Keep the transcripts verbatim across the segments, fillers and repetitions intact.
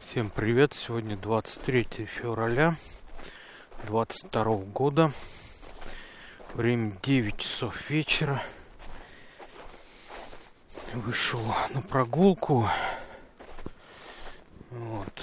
Всем привет! Сегодня двадцать третье февраля двадцать второго года. Время девять часов вечера. Вышел на прогулку. Вот.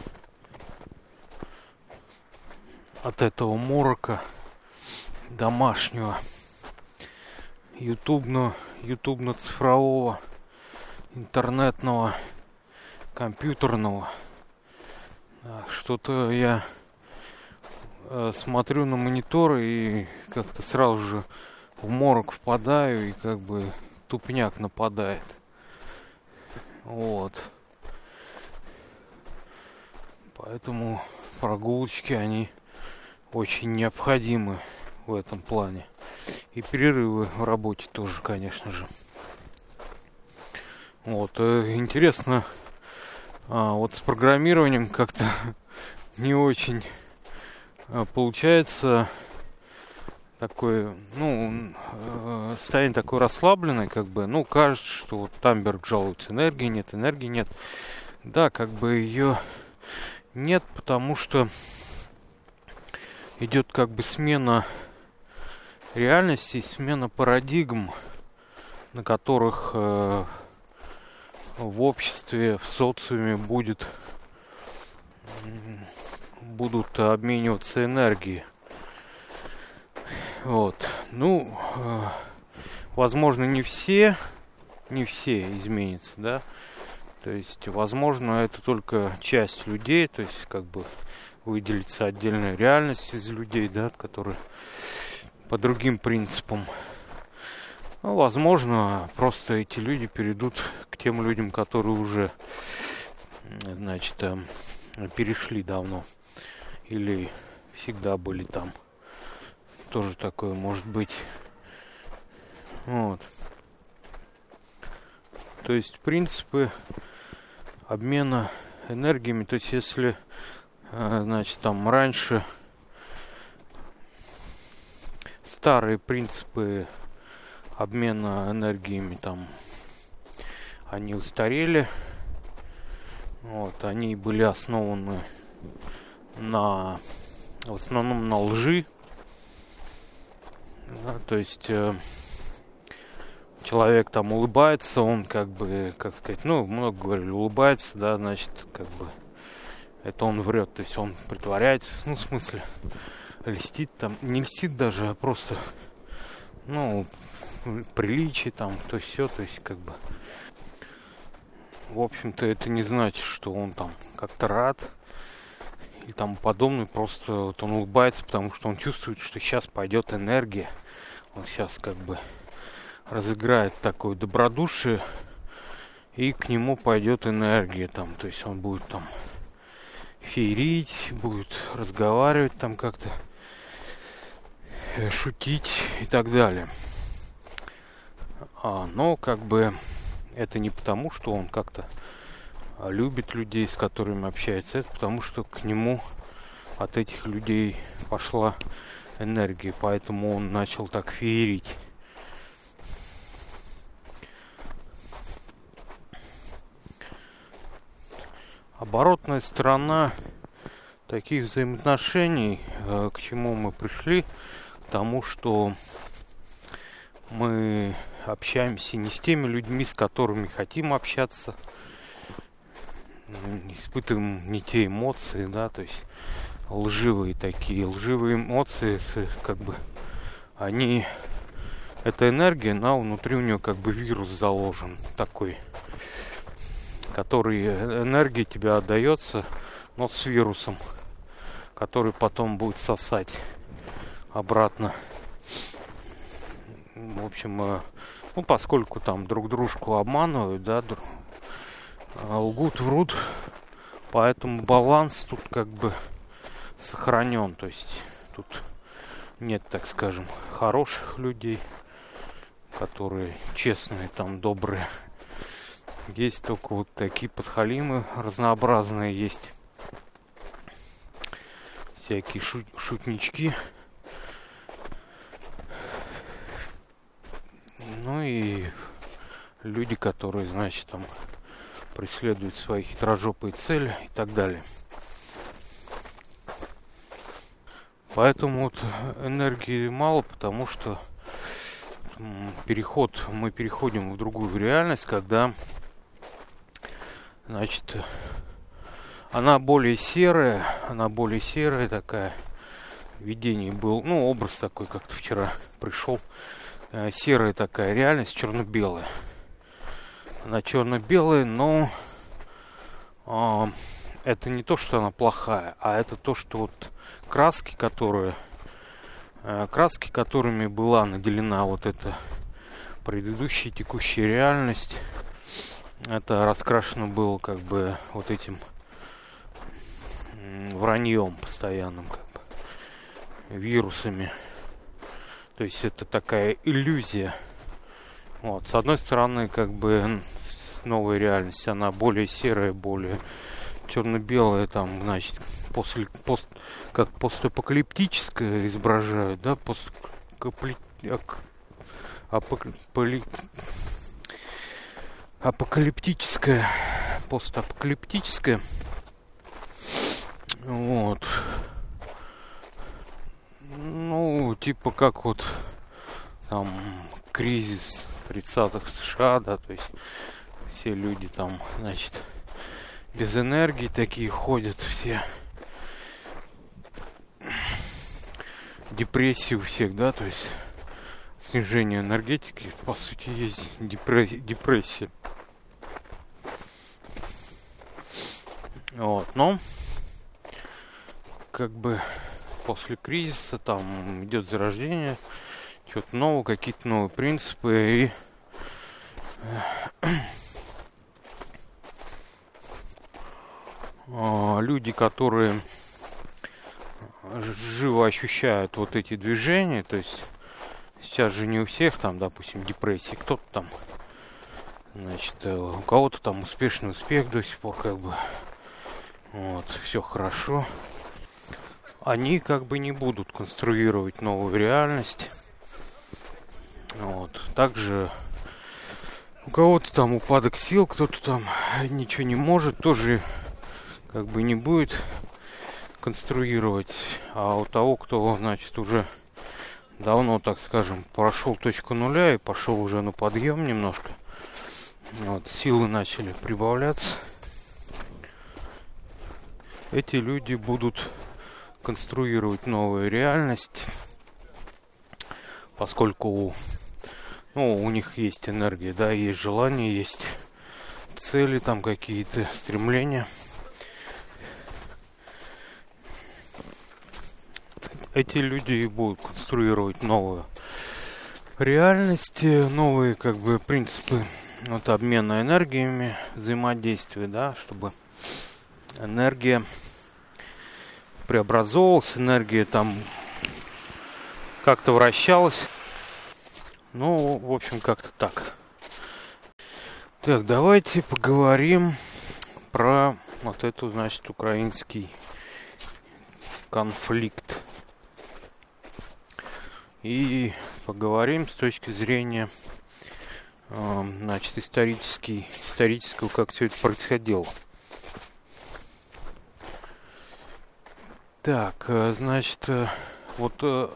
От этого морока домашнего, ютубного, ютубно-цифрового, интернетного, компьютерного. Что-то я э, смотрю на монитор и как-то сразу же в морок впадаю, и как бы тупняк нападает. Вот. Поэтому прогулочки, они очень необходимы в этом плане. И перерывы в работе тоже, конечно же. Вот. Э, интересно, а, вот с программированием как-то не очень а, получается такой, ну, э, состояние такое расслабленное, как бы, ну, кажется, что вот Тамберг жалуется, энергии нет, энергии нет. Да, как бы ее нет, потому что идет как бы смена реальности, смена парадигм, на которых э, в обществе, в социуме будет, будут обмениваться энергией. Вот. Ну, э, возможно, не все, не все изменятся, да. То есть, возможно, это только часть людей, то есть, как бы выделится отдельная реальность из людей, да, которые по другим принципам. Ну, возможно, просто эти люди перейдут к тем людям, которые уже, значит, перешли давно или всегда были там. Тоже такое может быть. Вот. То есть принципы обмена энергиями, то есть если, значит, там раньше старые принципы обмена энергиями, там, они устарели. Вот, они были основаны на, в основном на лжи. Да, то есть э, человек там улыбается, он как бы, как сказать, ну, много говорили, улыбается, да, значит, как бы, это он врет, то есть он притворяется, ну, в смысле, льстит там, не льстит даже, а просто, ну, приличие там, то есть все, то есть как бы, в общем-то, это не значит, что он там как-то рад или тому подобное, просто вот он улыбается, потому что он чувствует, что сейчас пойдет энергия, он сейчас как бы разыграет такое добродушие, и к нему пойдет энергия там, то есть он будет там феерить, будет разговаривать там как-то, шутить и так далее. А, но как бы это не потому, что он как-то любит людей, с которыми общается, это потому, что к нему от этих людей пошла энергия, поэтому он начал так феерить. Оборотная сторона таких взаимоотношений, к чему мы пришли, к тому, что мы общаемся не с теми людьми, с которыми хотим общаться, не испытываем не те эмоции, да, то есть лживые такие, лживые эмоции, как бы, они, это энергия, но внутри у нее как бы вирус заложен такой, который, энергия тебе отдается, но с вирусом, который потом будет сосать обратно. В общем, ну, поскольку там друг дружку обманывают, да, друг, лгут, врут, поэтому баланс тут как бы сохранен, то есть тут нет, так скажем, хороших людей, которые честные, там, добрые. Есть только вот такие подхалимы разнообразные, есть всякие шут, шутнички. Ну и люди, которые, значит, там преследуют свои хитрожопые цели и так далее. Поэтому вот энергии мало, потому что переход, мы переходим в другую реальность, когда, значит, она более серая, она более серая такая. Видение был, ну, образ такой, как-то вчера пришел. Серая такая реальность, черно-белая. Она черно-белая, но а, это не то, что она плохая, а это то, что вот краски, которые, а, краски, которыми была наделена вот эта предыдущая текущая реальность, это раскрашено было как бы вот этим враньем постоянным, как бы, вирусами. То есть это такая иллюзия. Вот. С одной стороны, как бы новая реальность, она более серая, более черно-белая, там, значит, после, пост, как постапокалиптическое изображают, да, посткапли, ак, апокали, апокалиптическое, постапокалиптическое. Вот. Ну, типа как вот там кризис тридцатых в США, да, то есть все люди там, значит, без энергии такие ходят, все. Депрессии у всех, да, то есть снижение энергетики, по сути, есть депрессия. Вот, но как бы после кризиса там идет зарождение, что-то новое, какие-то новые принципы, и люди, которые живо ощущают вот эти движения, то есть сейчас же не у всех там, допустим, депрессия, кто-то там, значит, у кого-то там успешный успех до сих пор, как бы, вот, все хорошо. Они как бы не будут конструировать новую реальность. Вот. Также у кого-то там упадок сил, кто-то там ничего не может, тоже как бы не будет конструировать. А у того, кто, значит, уже давно, так скажем, прошел точку нуля и пошел уже на подъем немножко, вот, силы начали прибавляться, эти люди будут конструировать новую реальность, поскольку, ну, у них есть энергия, да, есть желание, есть цели, там какие-то стремления. Эти люди будут конструировать новую реальность, новые, как бы, принципы вот, обмена энергиями, взаимодействия, да, чтобы энергия преобразовывалась, энергия там как-то вращалась. Ну, в общем, как-то так. Так, давайте поговорим про вот эту, значит, украинский конфликт. И поговорим с точки зрения, э, значит, исторический, исторического, как все это происходило. Так, значит, вот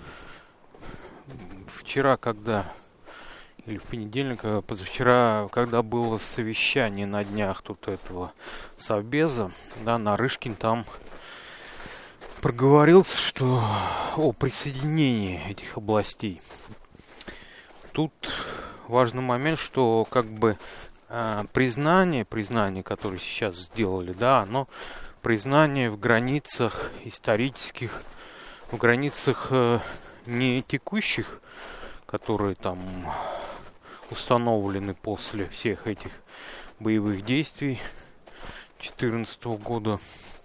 вчера, когда, или в понедельник, позавчера, когда было совещание на днях тут этого совбеза, да, Нарышкин там проговорился, что о присоединении этих областей. Тут важный момент, что как бы признание, признание, которое сейчас сделали, да, оно признание в границах исторических, в границах э, не текущих, которые там установлены после всех этих боевых действий две тысячи четырнадцатого года,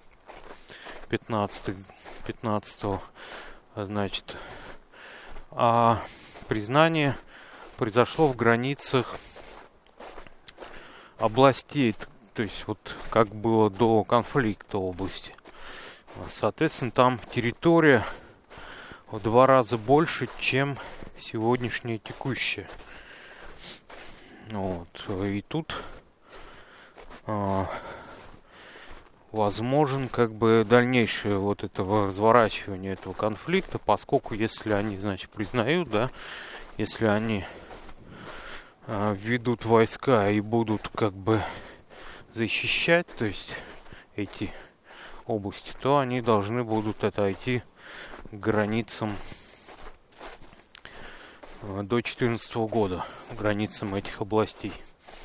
пятнадцатого, значит, а признание произошло в границах областей, то есть вот как было до конфликта области. Соответственно, там территория в два раза больше, чем сегодняшняя текущая. Вот. И тут э, возможен как бы дальнейшее вот этого разворачивания этого конфликта, поскольку если они, значит, признают, да, если они э, введут войска и будут как бы защищать, то есть эти области, то они должны будут отойти к границам э, до две тысячи четырнадцатого года, к границам этих областей.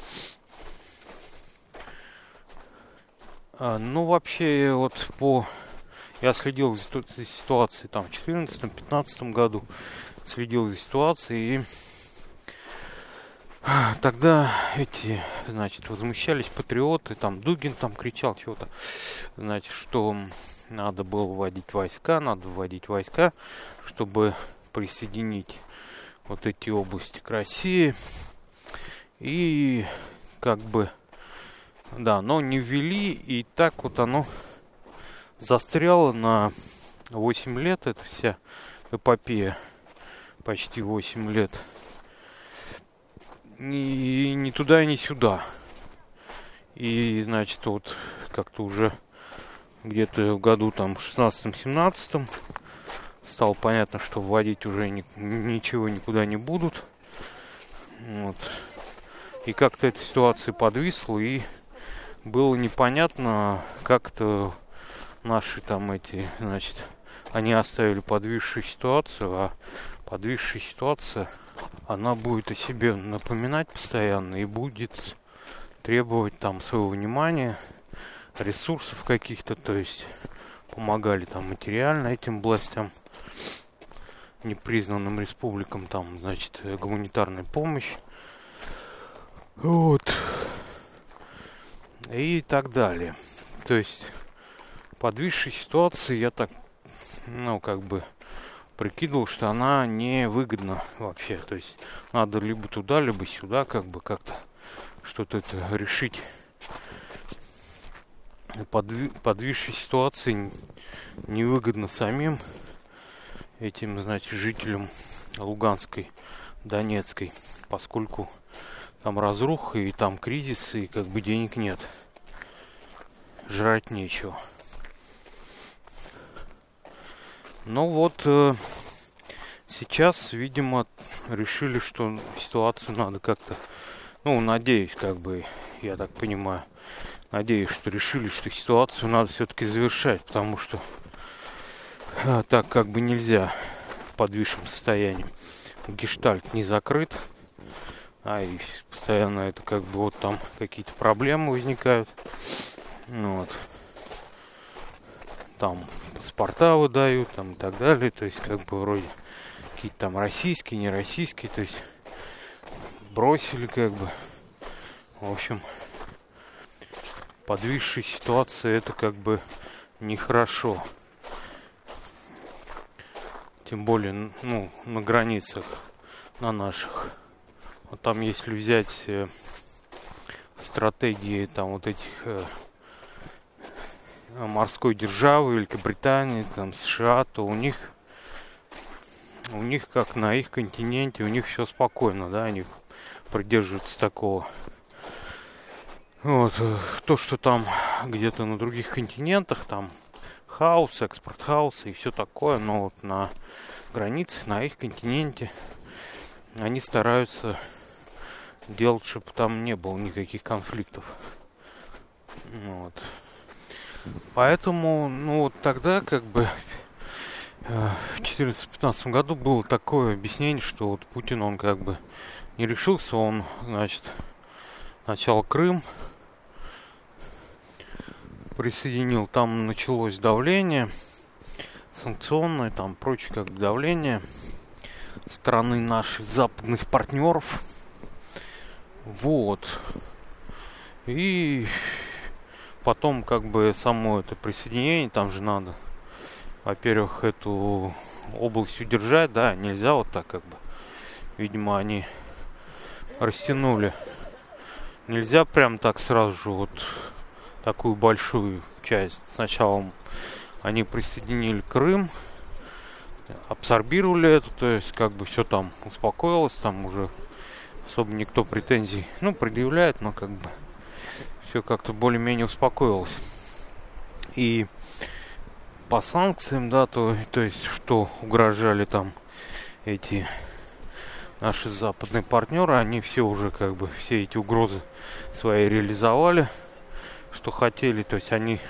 А, ну, вообще, вот по... Я следил за, за ситуацией там в две тысячи четырнадцатом-пятнадцатом году, следил за ситуацией, и тогда эти, значит, возмущались патриоты, там Дугин там кричал чего-то, значит, что надо было вводить войска, надо вводить войска, чтобы присоединить вот эти области к России. И как бы, да, но не ввели, и так вот оно застряло на восемь лет, эта вся эпопея, почти восемь лет. И ни туда, ни сюда. И, значит, вот как-то уже где-то в году там шестнадцатом-семнадцатом стало понятно, что вводить уже ни, ничего никуда не будут. Вот. И как-то эта ситуация подвисла, и было непонятно, как-то наши там эти, значит, они оставили подвисшую ситуацию, а подвисшая ситуация, она будет о себе напоминать постоянно и будет требовать там своего внимания, ресурсов каких-то, то есть помогали там материально этим властям, непризнанным республикам, там, значит, гуманитарная помощь, вот, и так далее. То есть подвисшей ситуации я так, ну, как бы прикидывал, что она не выгодна вообще. То есть надо либо туда, либо сюда, как бы как-то что-то это решить. Подви- подвисшей ситуации невыгодно самим этим, значит, жителям Луганской, Донецкой, поскольку там разруха и там кризис, и как бы денег нет. Жрать нечего. Ну вот, э, сейчас, видимо, решили, что ситуацию надо как-то, ну, надеюсь, как бы, я так понимаю, надеюсь, что решили, что ситуацию надо все-таки завершать, потому что э, так как бы нельзя в подвисшем состоянии. Гештальт не закрыт, а и постоянно это как бы вот там какие-то проблемы возникают. Ну, вот. Там паспорта выдают, там и так далее, то есть как бы вроде какие-то там российские, не российские, то есть бросили как бы. В общем, подвисшая ситуация, это как бы нехорошо. Тем более, ну, на границах, на наших. Вот там, если взять э, стратегии там вот этих э, морской державы, Великобритании, там США, то у них у них как на их континенте, у них все спокойно, да, они придерживаются такого. Вот, то, что там где-то на других континентах, там хаос, экспорт хаоса и все такое, но вот на границах, на их континенте они стараются делать, чтобы там не было никаких конфликтов. Вот. Поэтому, ну, вот тогда, как бы, в четырнадцатом-пятнадцатом году было такое объяснение, что вот Путин, он как бы не решился, он, значит, сначала Крым присоединил, там началось давление санкционное, там прочее, как бы, давление страны наших западных партнеров. Вот. И потом, как бы, само это присоединение, там же надо, во-первых, эту область удержать, да, нельзя вот так, как бы, видимо, они растянули. Нельзя прям так сразу же вот такую большую часть. Сначала они присоединили Крым, абсорбировали это, то есть, как бы, все там успокоилось, там уже особо никто претензий, ну, предъявляет, но как бы все как-то более-менее успокоилось. И по санкциям, да, то, то есть, что угрожали там эти наши западные партнеры, они все уже как бы все эти угрозы свои реализовали, что хотели, то есть они,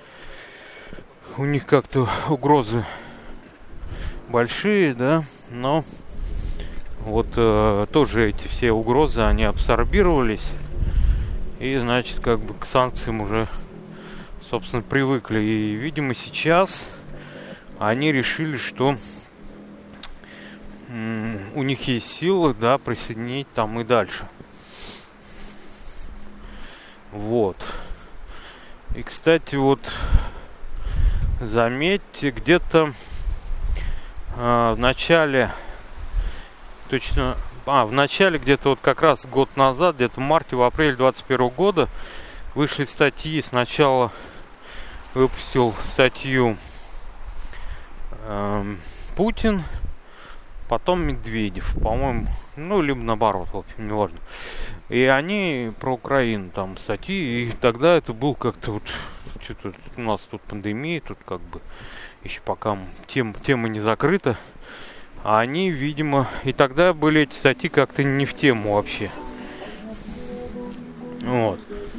у них как-то угрозы большие, да, но вот э, тоже эти все угрозы, они абсорбировались, и, значит, как бы к санкциям уже, собственно, привыкли. И, видимо, сейчас они решили, что м- у них есть силы, да, присоединить там и дальше. Вот. И, кстати, вот заметьте, где-то э, в начале, точно, а, в начале где-то вот как раз год назад, где-то в марте, в апреле двадцать первого года вышли статьи. Сначала выпустил статью э, Путин, потом Медведев, по-моему, ну, либо наоборот, в общем, не важно. И они про Украину там статьи, и тогда это был как-то вот, что-то у нас тут пандемия, тут как бы еще пока тем, тема не закрыта. А они, видимо, и тогда были эти статьи как-то не в тему вообще. Вот.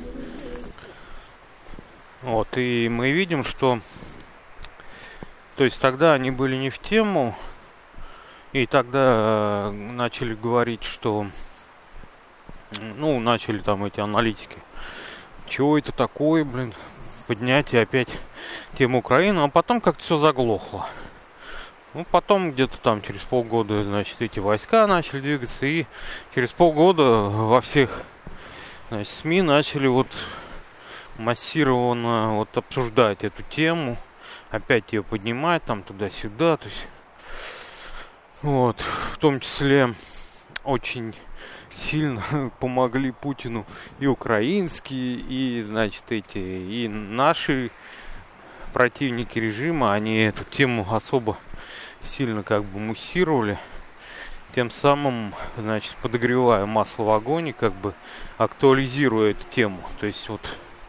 Вот, и мы видим, что, то есть тогда они были не в тему, и тогда э, начали говорить, что, ну, начали там эти аналитики, чего это такое, блин, поднятие опять темы Украины, а потом как-то все заглохло. Ну, потом где-то там через полгода, значит, эти войска начали двигаться, и через полгода во всех, значит, СМИ начали вот массированно вот обсуждать эту тему, опять ее поднимать там туда-сюда, то есть вот, в том числе очень сильно помогли Путину и украинские, и, значит, эти, и наши противники режима, они эту тему особо сильно как бы муссировали, тем самым, значит, подогревая масло в огонь, как бы актуализируя эту тему. То есть вот,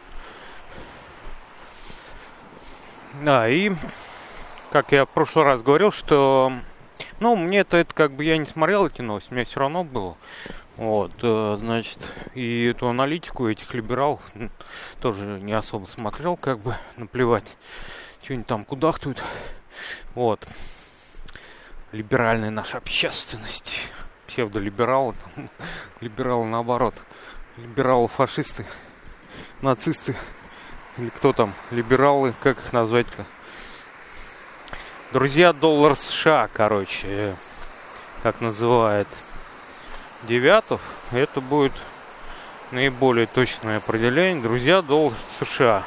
да, и как я в прошлый раз говорил, что, ну, мне это, это как бы я не смотрел эти новости, мне все равно было. Вот, значит, и эту аналитику этих либералов тоже не особо смотрел, как бы наплевать, что-нибудь там кудахтают. Вот. Либеральная наша общественность. Псевдолибералы, там, либералы наоборот. Либералы-фашисты, нацисты. Или кто там? Либералы, как их назвать-то? Друзья, доллар США, короче, как называет Девятов. Это будет наиболее точное определение. Друзья, доллар США.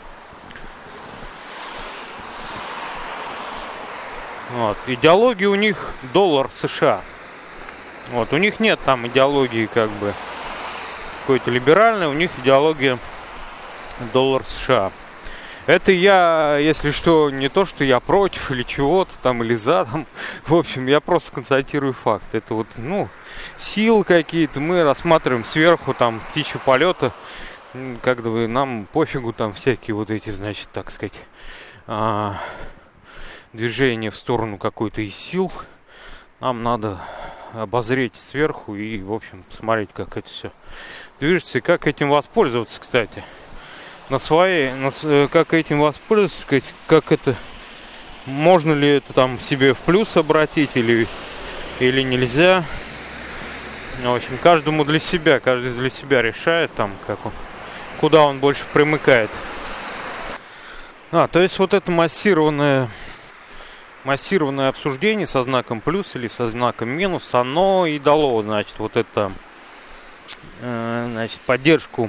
Вот. Идеология у них доллар США. Вот. У них нет там идеологии как бы какой-то либеральной, у них идеология доллар США. Это я, если что, не то, что я против или чего-то там, или за там. В общем, я просто констатирую факт. Это вот, ну, силы какие-то мы рассматриваем сверху, там, птичьи полеты. Когда вы, нам пофигу там всякие вот эти, значит, так сказать, а, движения в сторону какой-то из сил. Нам надо обозреть сверху и, в общем, посмотреть, как это все движется и как этим воспользоваться, кстати. На своей, на, как этим воспользоваться, как, как это, можно ли это там себе в плюс обратить или, или нельзя. В общем, каждому для себя, каждый для себя решает там, как он, куда он больше примыкает. А, то есть вот это массированное, массированное обсуждение со знаком плюс или со знаком минус, оно и дало, значит, вот это, э, значит, поддержку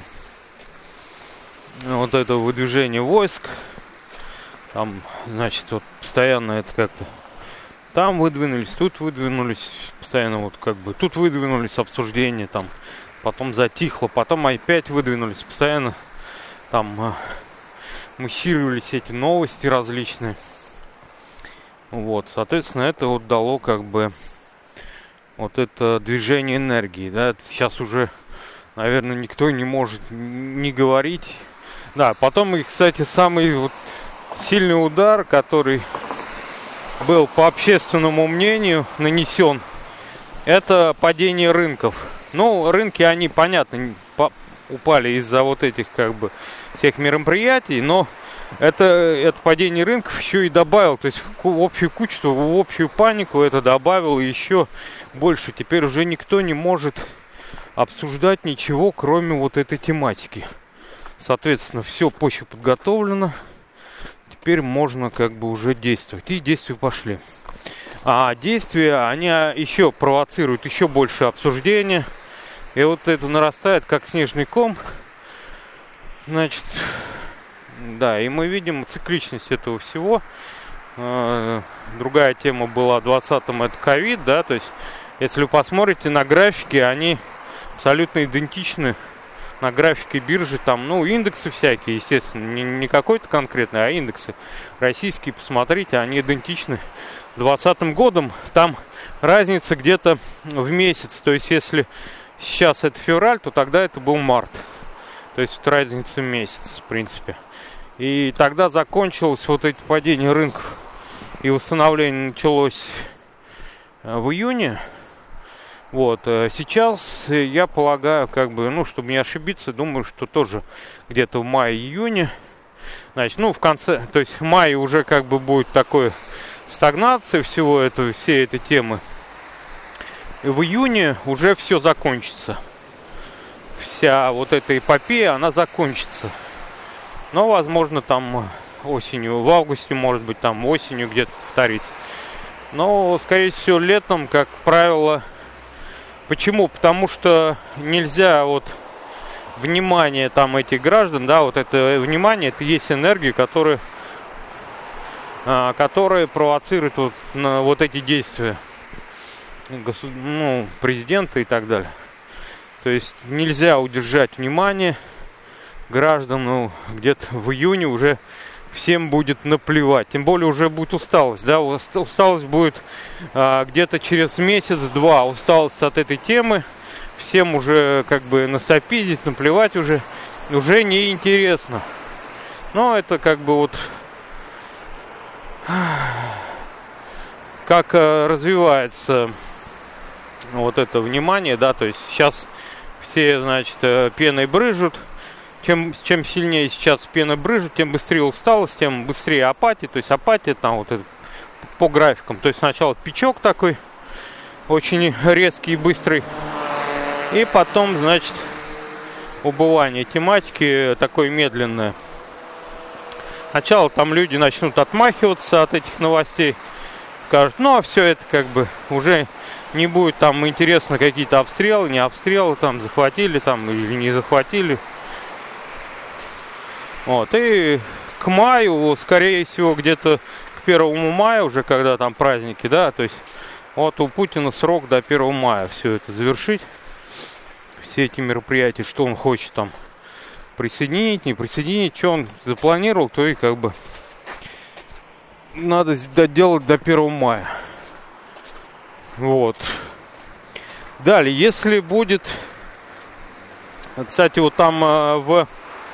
вот этого выдвижения войск. Там, значит, вот постоянно это как-то там выдвинулись, тут выдвинулись, постоянно вот как бы тут выдвинулись обсуждения, там потом затихло, потом опять выдвинулись, постоянно там э, муссировались эти новости различные. Вот, соответственно, это вот дало как бы вот это движение энергии, да, сейчас уже наверное, никто не может не говорить. Да, потом, и, кстати, самый вот сильный удар, который был по общественному мнению нанесен, это падение рынков. Ну, рынки, они, понятно, упали из-за вот этих, как бы, всех мероприятий, но это, это падение рынков еще и добавил, то есть в общую кучу, в общую панику это добавило еще больше. Теперь уже никто не может обсуждать ничего, кроме вот этой тематики. Соответственно, все почва подготовлено. Теперь можно как бы уже действовать. И действия пошли. А действия, они еще провоцируют еще больше обсуждения. И вот это нарастает, как снежный ком. Значит, да, и мы видим цикличность этого всего. Другая тема была в двадцатом, это ковид, да, то есть, если вы посмотрите на графики, они абсолютно идентичны. На графике биржи там, ну, индексы всякие, естественно, не, не какой-то конкретный, а индексы российские, посмотрите, они идентичны двадцатым годом. Там разница где-то в месяц, то есть, если сейчас это февраль, то тогда это был март. То есть, вот разница в месяц, в принципе. И тогда закончилось вот это падение рынков, и восстановление началось в июне. Вот, сейчас, я полагаю, как бы, ну, чтобы не ошибиться, думаю, что тоже где-то в мае-июне, значит, ну, в конце, то есть в мае уже как бы будет такой стагнация всего этого, всей этой темы. И в июне уже все закончится. Вся вот эта эпопея, она закончится. Но, возможно, там осенью, в августе, может быть, там осенью где-то повторится. Но, скорее всего, летом, как правило. Почему? Потому что нельзя вот внимание там этих граждан, да, вот это внимание, это есть энергия, которая, а, которая провоцирует вот, на вот эти действия, ну, президента и так далее. То есть нельзя удержать внимание граждан, ну, где-то в июне уже всем будет наплевать. Тем более уже будет усталость, да, усталость будет а, где-то через месяц-два, усталость от этой темы. Всем уже как бы настопизить, наплевать уже, уже неинтересно. Но это как бы вот как а, развивается вот это внимание, да, то есть сейчас все, значит, пеной брызжут. Чем, чем сильнее сейчас пена брызжет, тем быстрее усталость, тем быстрее апатия. То есть апатия там вот это, по графикам. То есть сначала пичок такой, очень резкий и быстрый. И потом, значит, убывание тематики такое медленное. Сначала там люди начнут отмахиваться от этих новостей. Скажут, ну а все это как бы уже не будет там интересно, какие-то обстрелы, не обстрелы, там захватили там или не захватили. Вот, и к маю, скорее всего, где-то к первому мая уже, когда там праздники, да, то есть вот у Путина срок до первого мая все это завершить, все эти мероприятия, что он хочет там присоединить, не присоединить, что он запланировал, то и как бы надо доделать до первого мая. Вот. Далее, если будет, кстати, вот там э, в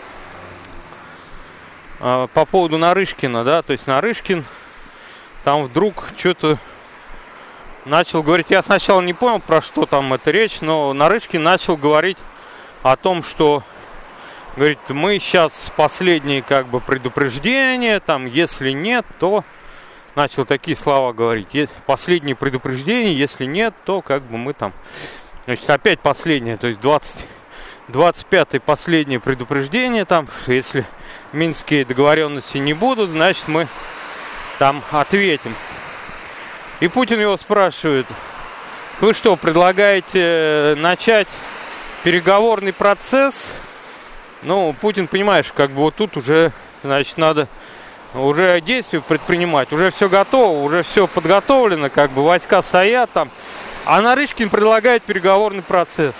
по поводу Нарышкина, да, то есть Нарышкин там вдруг что-то начал говорить, я сначала не понял, про что там эта речь, но Нарышкин начал говорить о том, что, говорит, мы сейчас последние как бы предупреждения, там, если нет, то, начал такие слова говорить, последние предупреждения, если нет, то как бы мы там, значит, опять последнее, то есть двадцать, двадцать пятое последнее предупреждение, там, если минские договоренности не будут, значит, мы там ответим. И Путин его спрашивает, вы что, предлагаете начать переговорный процесс? Ну, Путин, понимаешь, как бы вот тут уже, значит, надо уже действия предпринимать, уже все готово, уже все подготовлено, как бы войска стоят там, а Нарышкин предлагает переговорный процесс.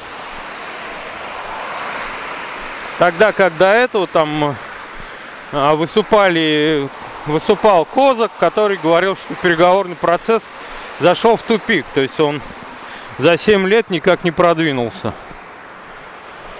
Тогда, как до этого там выступали, выступал Козак, который говорил, что переговорный процесс зашел в тупик, то есть он за семь лет никак не продвинулся.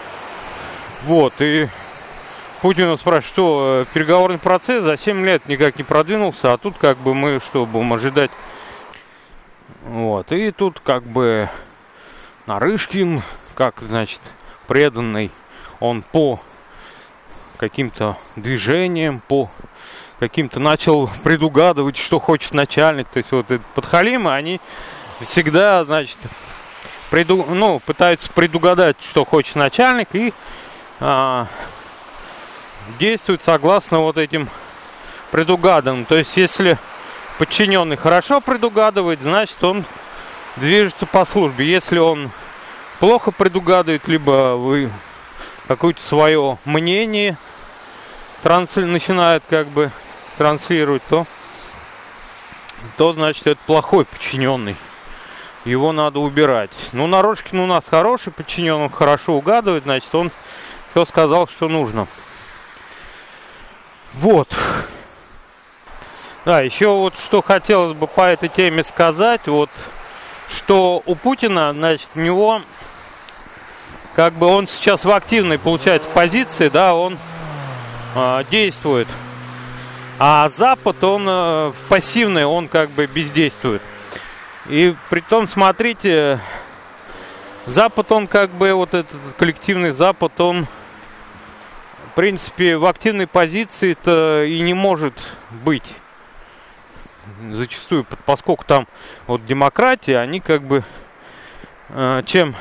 Вот, и Путин спрашивает, что переговорный процесс за семь лет никак не продвинулся, а тут как бы мы что будем ожидать? Вот, и тут как бы Нарышкин, как, значит, преданный, он по каким-то движениям, по каким-то начал предугадывать, что хочет начальник. То есть вот эти подхалимы, они всегда, значит, преду, ну, пытаются предугадать, что хочет начальник, и а, действуют согласно вот этим предугаданным. То есть если подчиненный хорошо предугадывает, значит он движется по службе. Если он плохо предугадывает, либо вы какое-то свое мнение трансли... начинает как бы транслировать, то, то значит это плохой подчиненный. Его надо убирать. Ну, Нарышкин у нас хороший подчиненный, он хорошо угадывает, значит он все сказал, что нужно. Вот. Да, еще вот что хотелось бы по этой теме сказать, вот, что у Путина, значит, у него, как бы он сейчас в активной, получается, позиции, да, он э, действует, а Запад, он э, в пассивной, он как бы бездействует. И притом, смотрите, Запад, он как бы, вот этот коллективный Запад, он, в принципе, в активной позиции-то и не может быть. Зачастую, поскольку там вот демократия, они как бы, э, чем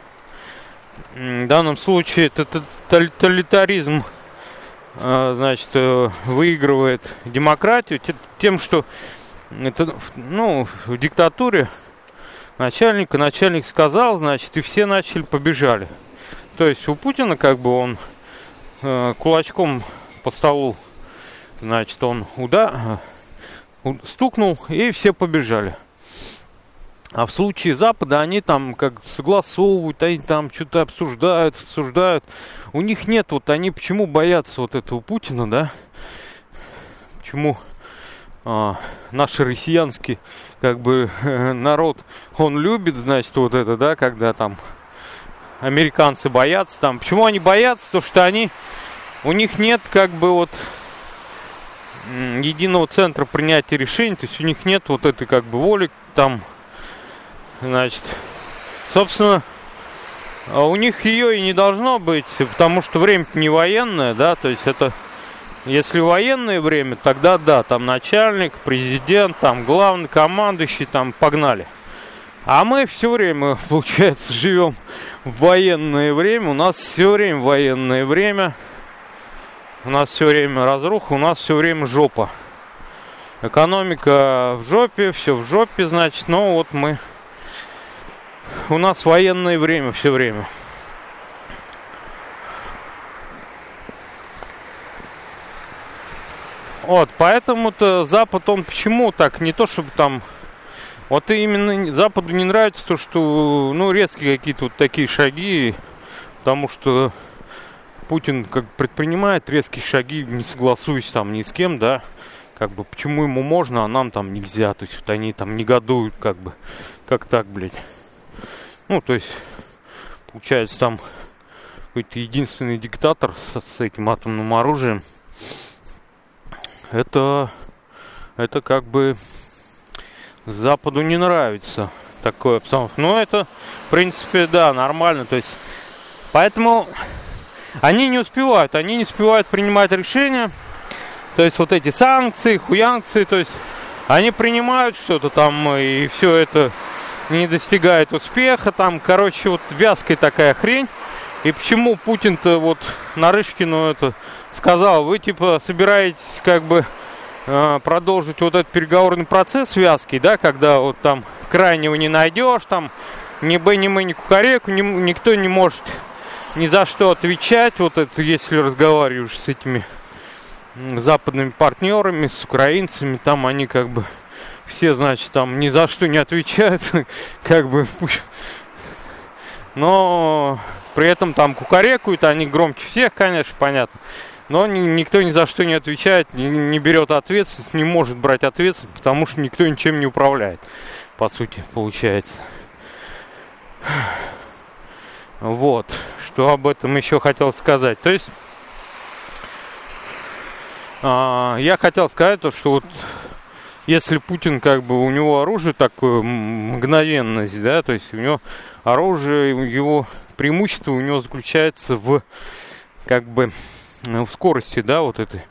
в данном случае тоталитаризм, э, значит, э, выигрывает демократию, тем, что это, ну, в диктатуре начальника, начальник сказал, значит, и все начали, побежали. То есть у Путина, как бы, он э, кулачком по столу, значит, он удар... стукнул, и все побежали. А в случае Запада они там как согласовывают, они там что-то обсуждают, обсуждают. У них нет, вот они почему боятся вот этого Путина, да? Почему а, наш россиянский как бы народ, он любит, значит, вот это, да, когда там американцы боятся, там, почему они боятся? То, что они, у них нет как бы вот единого центра принятия решений, то есть у них нет вот этой как бы воли там, значит, собственно, у них ее и не должно быть, потому что время-то не военное, да, то есть это, если военное время, тогда да, там начальник, президент, там главный командующий, там погнали. А мы все время, получается, живем в военное время, у нас все время военное время. У нас все время разруха, у нас все время жопа. Экономика в жопе, все в жопе, значит, но вот мы... У нас военное время все время. Вот, поэтому-то Запад, он почему так, не то чтобы там... Вот именно Западу не нравится то, что, ну, резкие какие-то вот такие шаги, потому что Путин как предпринимает резкие шаги, не согласуясь там ни с кем, да, как бы, почему ему можно, а нам там нельзя, то есть вот они там негодуют, как бы, как так, блядь. Ну, то есть, получается, там какой-то единственный диктатор с, с этим атомным оружием, это, это как бы Западу не нравится такое обстановка. Но это, в принципе, да, нормально, то есть, поэтому... Они не успевают, они не успевают принимать решения. То есть вот эти санкции, хуянкции, то есть они принимают что-то там, и все это не достигает успеха. Там, короче, вот вязкая такая хрень. И почему Путин-то вот Нарышкину это сказал, вы типа собираетесь как бы э, продолжить вот этот переговорный процесс вязкий, да, когда вот там крайнего не найдешь, там ни бы, ни мы, ни кукареку, ни, никто не может ни за что отвечать, вот это, если разговариваешь с этими западными партнерами, с украинцами, там они как бы все, значит, там ни за что не отвечают, как бы, но при этом там кукарекают, они громче всех, конечно, понятно, но ни, никто ни за что не отвечает, не, не берет ответственность, не может брать ответственность, потому что никто ничем не управляет, по сути, получается. Вот, что об этом еще хотел сказать. То есть, э, я хотел сказать то, что вот если Путин, как бы, у него оружие такое, мгновенность, да, то есть у него оружие, его преимущество у него заключается в, как бы, в скорости, да, вот этой.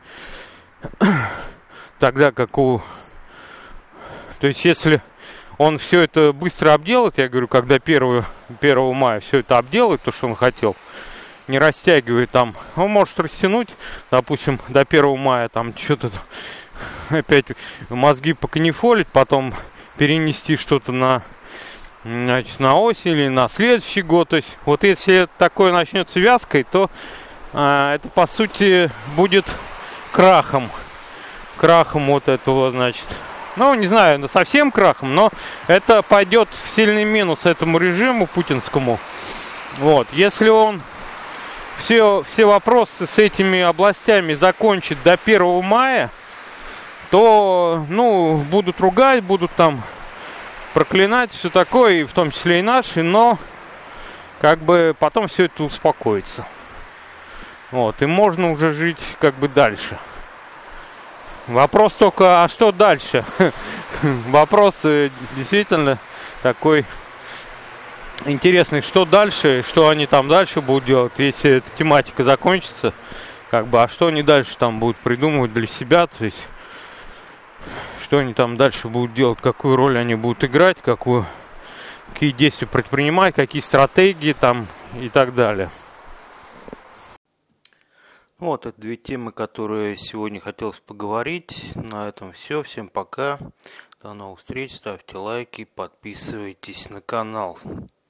Тогда как у... То есть если он все это быстро обделает, я говорю, когда первого мая все это обделает, то, что он хотел, не растягивает там, он может растянуть, допустим, до первого мая, там, что-то опять мозги поканифолить, потом перенести что-то на, значит, на осень или на следующий год. То есть вот если такое начнется вязкой, то а, это по сути будет крахом. Крахом вот этого, значит. Ну, не знаю, совсем крахом, но это пойдет в сильный минус этому режиму путинскому. Вот. Если он все, все вопросы с этими областями закончит до первого мая, то, ну, будут ругать, будут там проклинать, все такое, и в том числе и наши, но как бы потом все это успокоится. Вот, и можно уже жить как бы дальше. Вопрос только, а что дальше? Вопрос действительно такой интересный, что дальше, что они там дальше будут делать, если эта тематика закончится, как бы, а что они дальше там будут придумывать для себя, то есть что они там дальше будут делать, какую роль они будут играть, какую, какие действия предпринимать, какие стратегии там и так далее. Вот это две темы, которые сегодня хотелось поговорить. На этом все. Всем пока. До новых встреч. Ставьте лайки, подписывайтесь на канал.